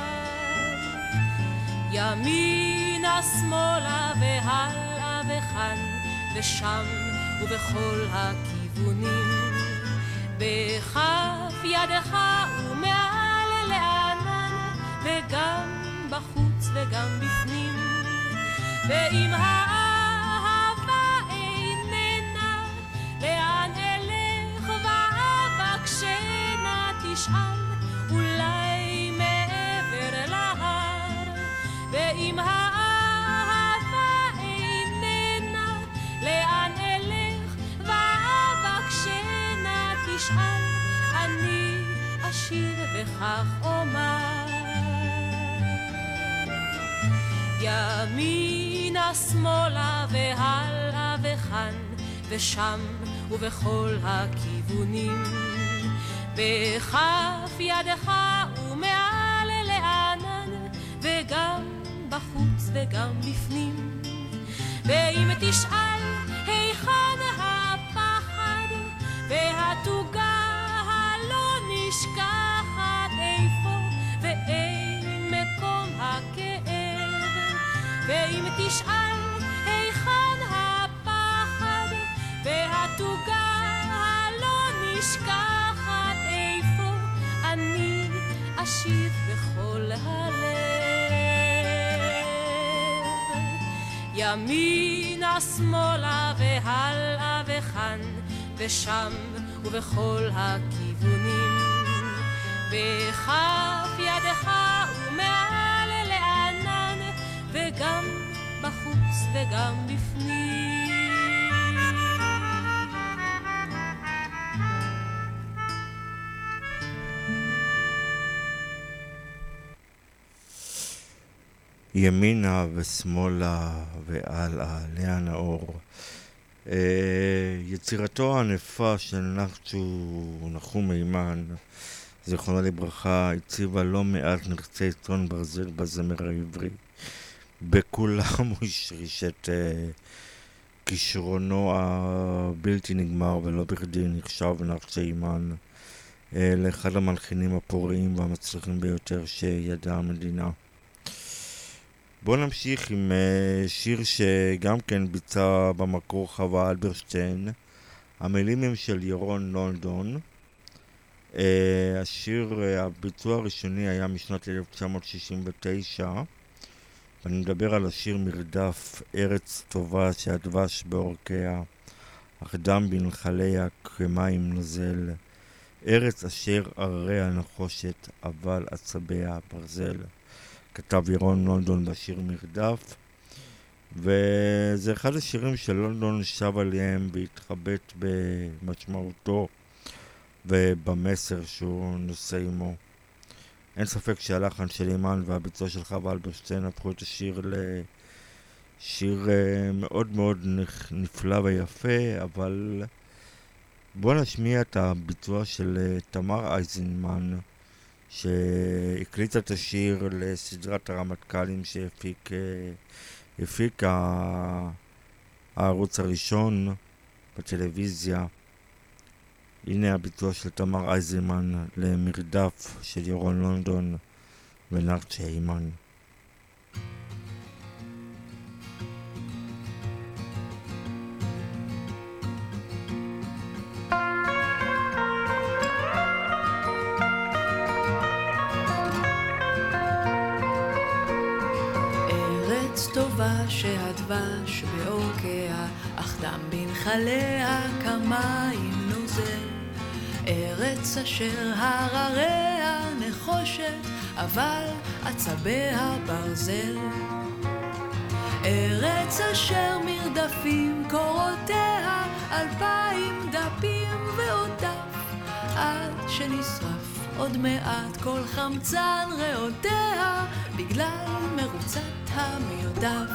ימינה שמאלה והלאה וכאן ושם ובכל הכיוונים, בכף ידך ומעל לענן, וגם בחוץ וגם בפנים. ואם האהבה איננה, לאן אלך ואבקשנה, תשאל אולי מעבר להר. ואם האהבה איננה, לאן אלך ואבקשנה, תשאל, אני אשיר וכך אומר. ימינה שמאלה והלאה וכאן ושם ובכל הכיוונים, בכף ידך ומעל לענן, וגם בחוץ וגם בפנים. ואם תשאל היכן הפחד והתוגה הלא נשכחת, איפה ואין מקום הכאב. ואם תשאל היכן הפחד והתוגה הלא נשכחת, איפה אני אשיר בכל הלב. ימינה שמאלה והלאה וכאן ושם ובכל הכיוונים, בכף ידך ומעל לענן, וגם בחוץ וגם בפנים. ימינה ושמאלה והלאה, לאה נאור. יצירתו הענפה של נחום הימן, זיכרונו לברכה, הציבה לא מעט נכסי צאן ברזל בזמר העברי. בכולם הוא השריש את כישרונו הבלתי נגמר, ולא בכדי נחשב נחום הימן לאחד המלחינים הפוריים והמצליחים ביותר שידעה המדינה. בואו נמשיך עם שיר שגם כן ביצע במקור חווה אלברשטיין. המילים הם של ירון לונדון. השיר, הביצוע הראשוני היה משנת 1969, ואני מדבר על השיר מרדף, ארץ טובה שהדבש בעורקיה, אך דם בנחליה כמים נוזל, ארץ אשר הרריה נחושת, אבל עצביה ברזל. כתב ירון לונדון בשיר מרדף, וזה אחד השירים של לונדון שב עליהם והתחבט במשמעותו ובמסר שהוא נושא עמו. אין ספק שהלחן של אימן והביצוע של חווה אלברשטיין הפכו את השיר לשיר מאוד מאוד נפלא ויפה, אבל בואו נשמיע את הביצוע של תמר אייזנמן, שהקליטה את השיר לסדרת הרמטכ"לים שהפיק הערוץ הראשון בטלוויזיה. הנה הביצוע של תמר אייזנמן למרדף של ירון לונדון ונחום הימן. טובה שהדבש בעורקיה, אך דם בנחליה כמים נוזל, ארץ אשר הרריה נחושת, אבל עצביה ברזל. ארץ אשר מרדפים קורותיה, 2000 דפים ועוד דף, עד שנשרף עוד מעט כל חמצן ריאותיה, בגלל מרוצת המרדף.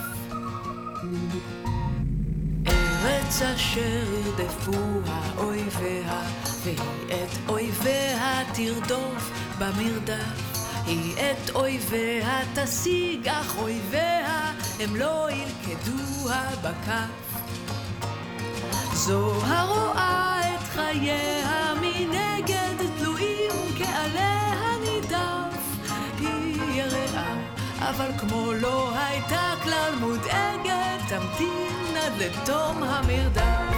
ארץ אשר ירדפוה אויביה, והיא את אויביה תרדוף במרדף. היא את אויביה תשיג, אך אויביה הם לא ילכדוה בכף. זו הרואה את חייה מנגד תלויים כעליה נידף. היא יראה, אבל כמו לא הייתה כלל מודאגת, תמתין עד לתום המרדף.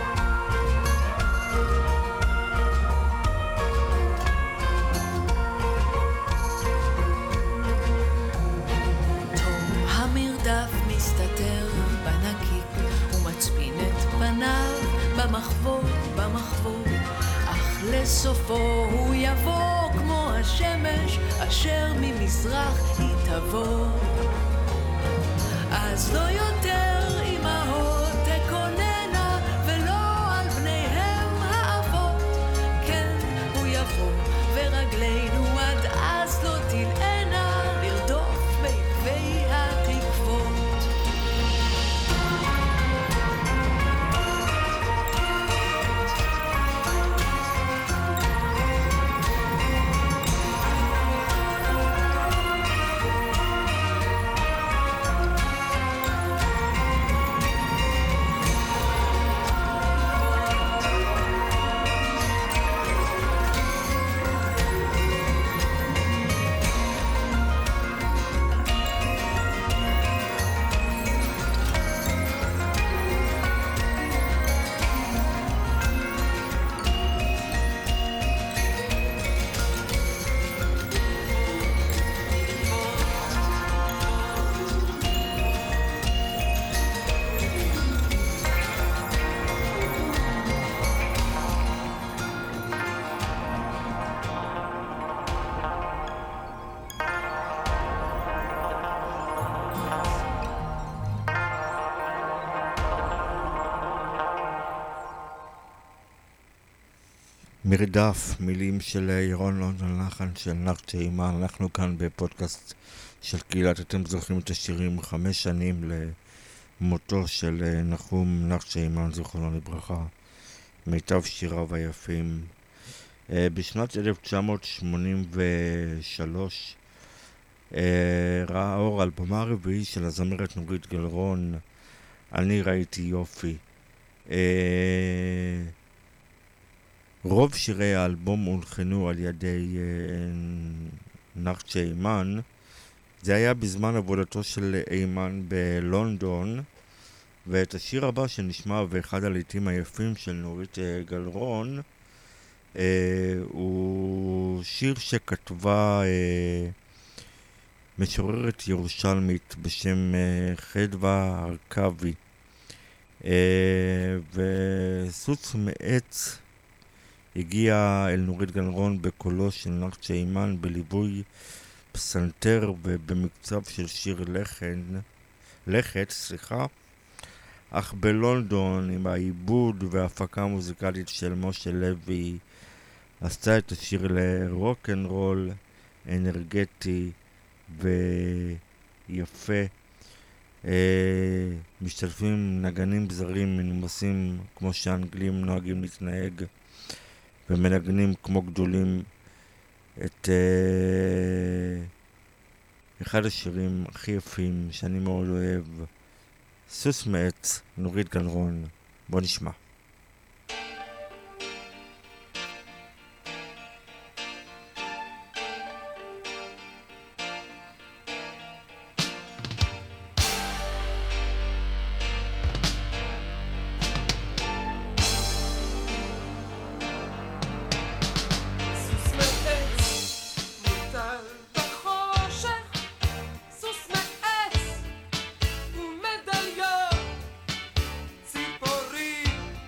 המרדף מסתתר בנקיק ומצפין את פניו במחבור, אך לסופו הוא יבוא כמו השמש אשר ממזרח היא תבוא. אז לא יותר אמהות תקוננה, ולא על בניהם האבות, כן הוא יבוא ורגלינו עד אז לא תלענה לרדוף בעקבי התקוות. מרדף, מילים של ירון לונדון, לחן של נחצ'ה אימן. אנחנו כאן בפודקאסט של קהילת אתם זוכרים את השירים, 5 שנים למותו של נחום נחצ'ה אימן, זיכרונו לברכה, מיטב שיריו היפים. בשנת 1983 ראה אור אלבומה הרביעי של הזמרת נורית גלרון, אני ראיתי יופי. רוב שירי האלבום הולחנו על ידי נחצ'ה אימן. זה היה בזמן עבודתו של אימן בלונדון, ואת השיר הבא שנשמע ואחד הלעיתים היפים של נורית גלרון הוא שיר שכתבה משוררת ירושלמית בשם חדווה הרכבי, וסוץ מעץ הגיע אל נורית גלרון בקולו של נחצ'ה אימן בליווי פסנתר ובמקצב של שיר לכת, אך בלונדון עם העיבוד וההפקה המוזיקלית של משה לוי עשתה את השיר לרוק'נ'רול אנרגטי ויפה. משתלפים נגנים זרים מנומסים כמו שהאנגלים נוהגים להתנהג, ומנגנים כמו גדולים את אחד השירים הכי יפים שאני מאוד אוהב, סוס מעץ, נורית גלרון. בוא נשמע. ציפורים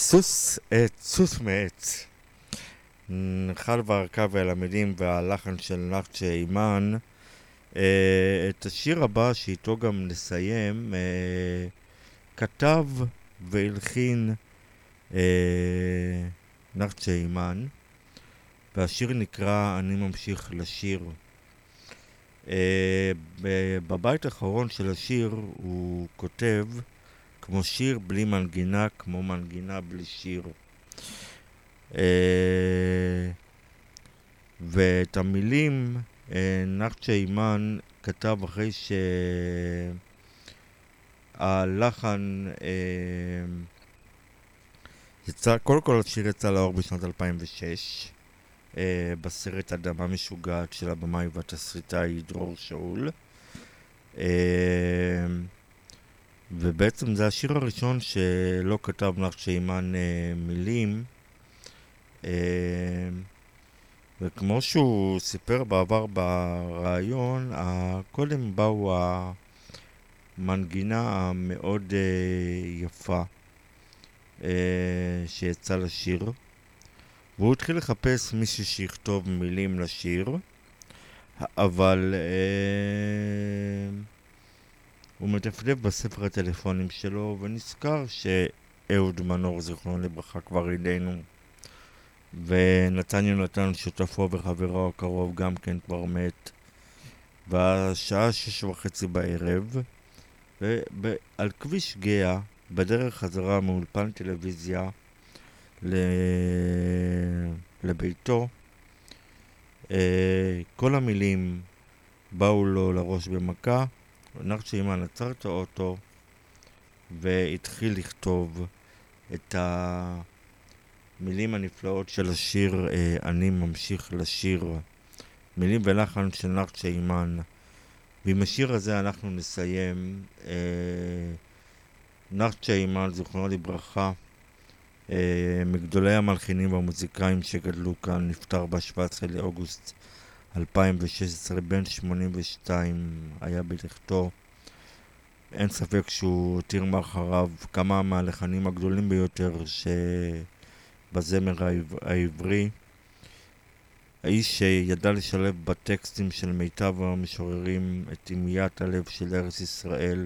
סוס מעץ. נחל והרכב על המילים והלחן של נחצ'ה אימן. את השיר הבא שאיתו גם נסיים כתב והלחין נחצ'ה אימן, והשיר נקרא אני ממשיך לשיר. בבית האחרון של השיר הוא כותב כמו שיר בלי מנגינה, כמו מנגינה בלי שיר. ואת המילים נחצ'ה אימן כתב אחרי שהלחן יצא, קודם כל השיר יצא לאור בשנת 2006 בסרט אדמה משוגעת של הבמאי והתסריטאי דרור שאול, ובעצם זה השיר הראשון שלא כתב נחצ'ה אימן מילים, וכמו שהוא סיפר בעבר ברעיון, קודם באו המנגינה המאוד יפה שיצא לשיר, והוא התחיל לחפש מישהו שיכתוב מילים לשיר, אבל הוא מדפדף בספר הטלפונים שלו ונזכר שאהוד מנור זיכרונו לברכה כבר ידינו, ונתן יונתן שותפו וחברו הקרוב גם כן כבר מת, והשעה 6:30 בערב, ועל כביש גאה בדרך חזרה מאולפן טלוויזיה לביתו, כל המילים באו לו לראש במכה. נחצ'ה אימן עצר את האוטו והתחיל לכתוב את המילים הנפלאות של השיר אני ממשיך לשיר, מילים ולחן של נחצ'ה אימן. ועם השיר הזה אנחנו נסיים. נחצ'ה אימן זיכרונו לברכה, מגדולי המלחינים והמוזיקאים שגדלו כאן, נפטר ב-17 לאוגוסט 2016, בן 82, היה בלכתו. אין ספק שהוא הותיר מאחריו כמה מהלחנים הגדולים ביותר שבזמר העברי. האיש שידע לשלב בטקסטים של מיטב המשוררים את עמיית הלב של ארץ ישראל.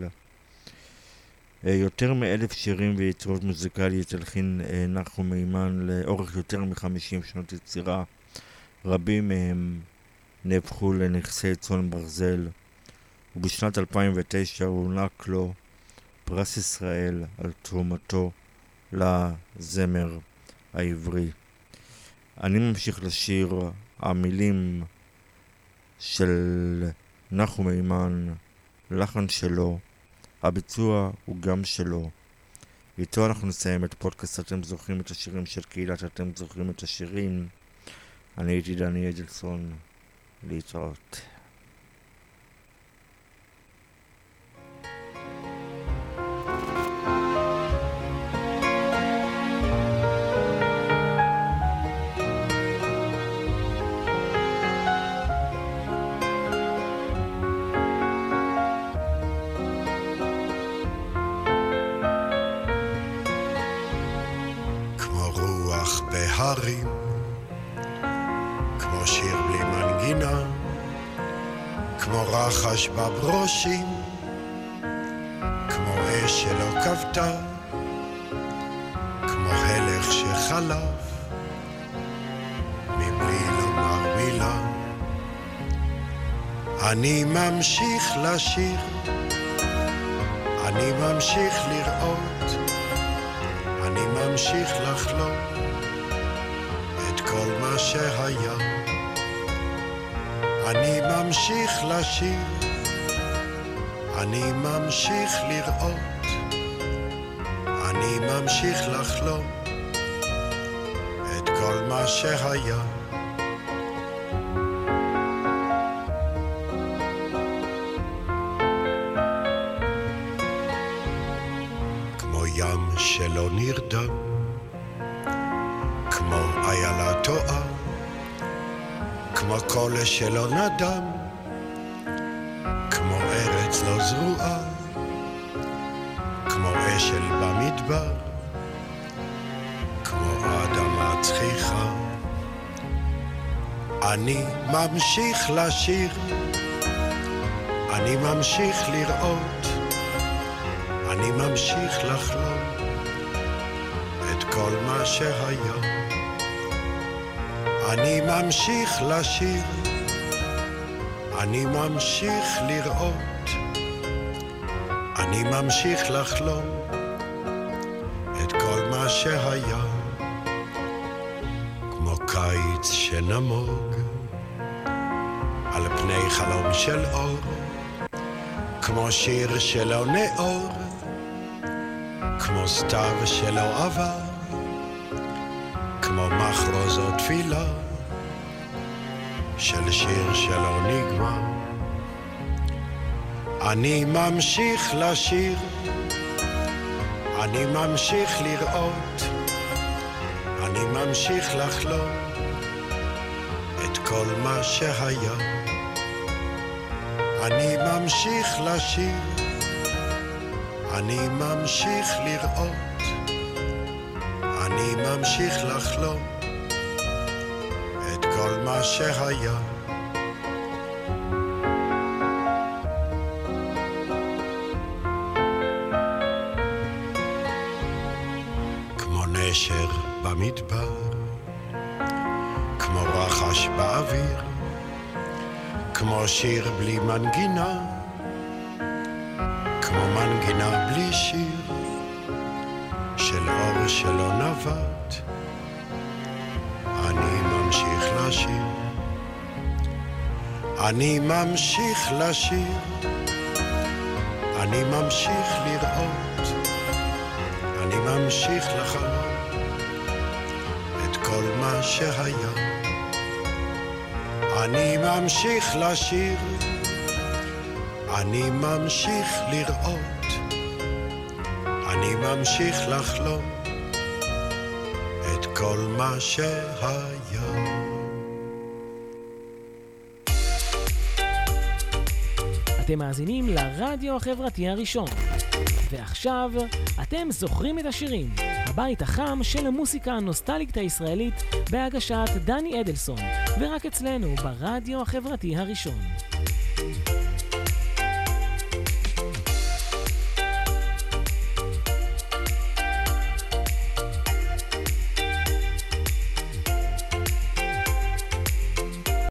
יותר מ1,000 שירים ויצירות מוזיקליות הלחין נחום אימן לאורך יותר מ50 שנות יצירה. רבים מהם נהפכו לנכסי צאן ברזל, ובשנת 2009 הוענק לו פרס ישראל על תרומתו לזמר העברי. אני ממשיך לשיר, המילים של נחום אימן, לחן שלו, הביצוע הוא גם שלו. איתו אנחנו נסיים את פודקאסט אתם זוכרים את השירים של קהילת אתם זוכרים את השירים. אני הייתי דני אדלסון, להתראות. בהרים, כמו שיר בלי מנגינה, כמו רחש בברושים, כמו אש שלא כבתה, כמו הלך שחלף, מבלי לומר מילה. אני ממשיך לשיר, אני ממשיך לראות, אני ממשיך לחלום כל מה שהיה. אני ממשיך לשיר, אני ממשיך לראות, אני ממשיך לחלום את כל מה שהיה. כמו ים שלא נרדם, כמו איילה טועה, כמו קולה שלא נדם, כמו ארץ לא זרועה, כמו אשל במדבר, צחיחה. אני ממשיך לשיר, אני ממשיך לראות, אני ממשיך לחלום את כל מה שהיה. אני ממשיך לשיר, אני ממשיך לראות, אני ממשיך לחלום את כל מה שהיה. כמו קיץ שנמוג על פני חלום של אור, כמו שיר שלא נאור, כמו סתיו שלא עבר, כמו מחרוז או תפילה של שיר שלא נגמר. אני ממשיך לשיר, אני ממשיך לראות, אני ממשיך לחלום את כל מה שהיה. אני ממשיך לשיר, אני ממשיך לראות, אני ממשיך לחלום את כל מה שהיה. כמו נשר במדבר, כמו רחש באוויר, כמו שיר בלי מנגינה, כמו מנגינה בלי שיר, של אור שלא נבט. אני ממשיך לשיר, אני ממשיך לשיר, אני ממשיך לראות, אני ממשיך לחלום את כל מה שהיה. אני ממשיך לשיר, אני ממשיך לראות, אני ממשיך לחלום את כל מה שהיה. אתם מאזינים לרדיו החברתי הראשון. ועכשיו, אתם זוכרים את השירים, הבית החם של המוסיקה הנוסטלגית הישראלית בהגשת דני אדלסון, ורק אצלנו ברדיו החברתי הראשון.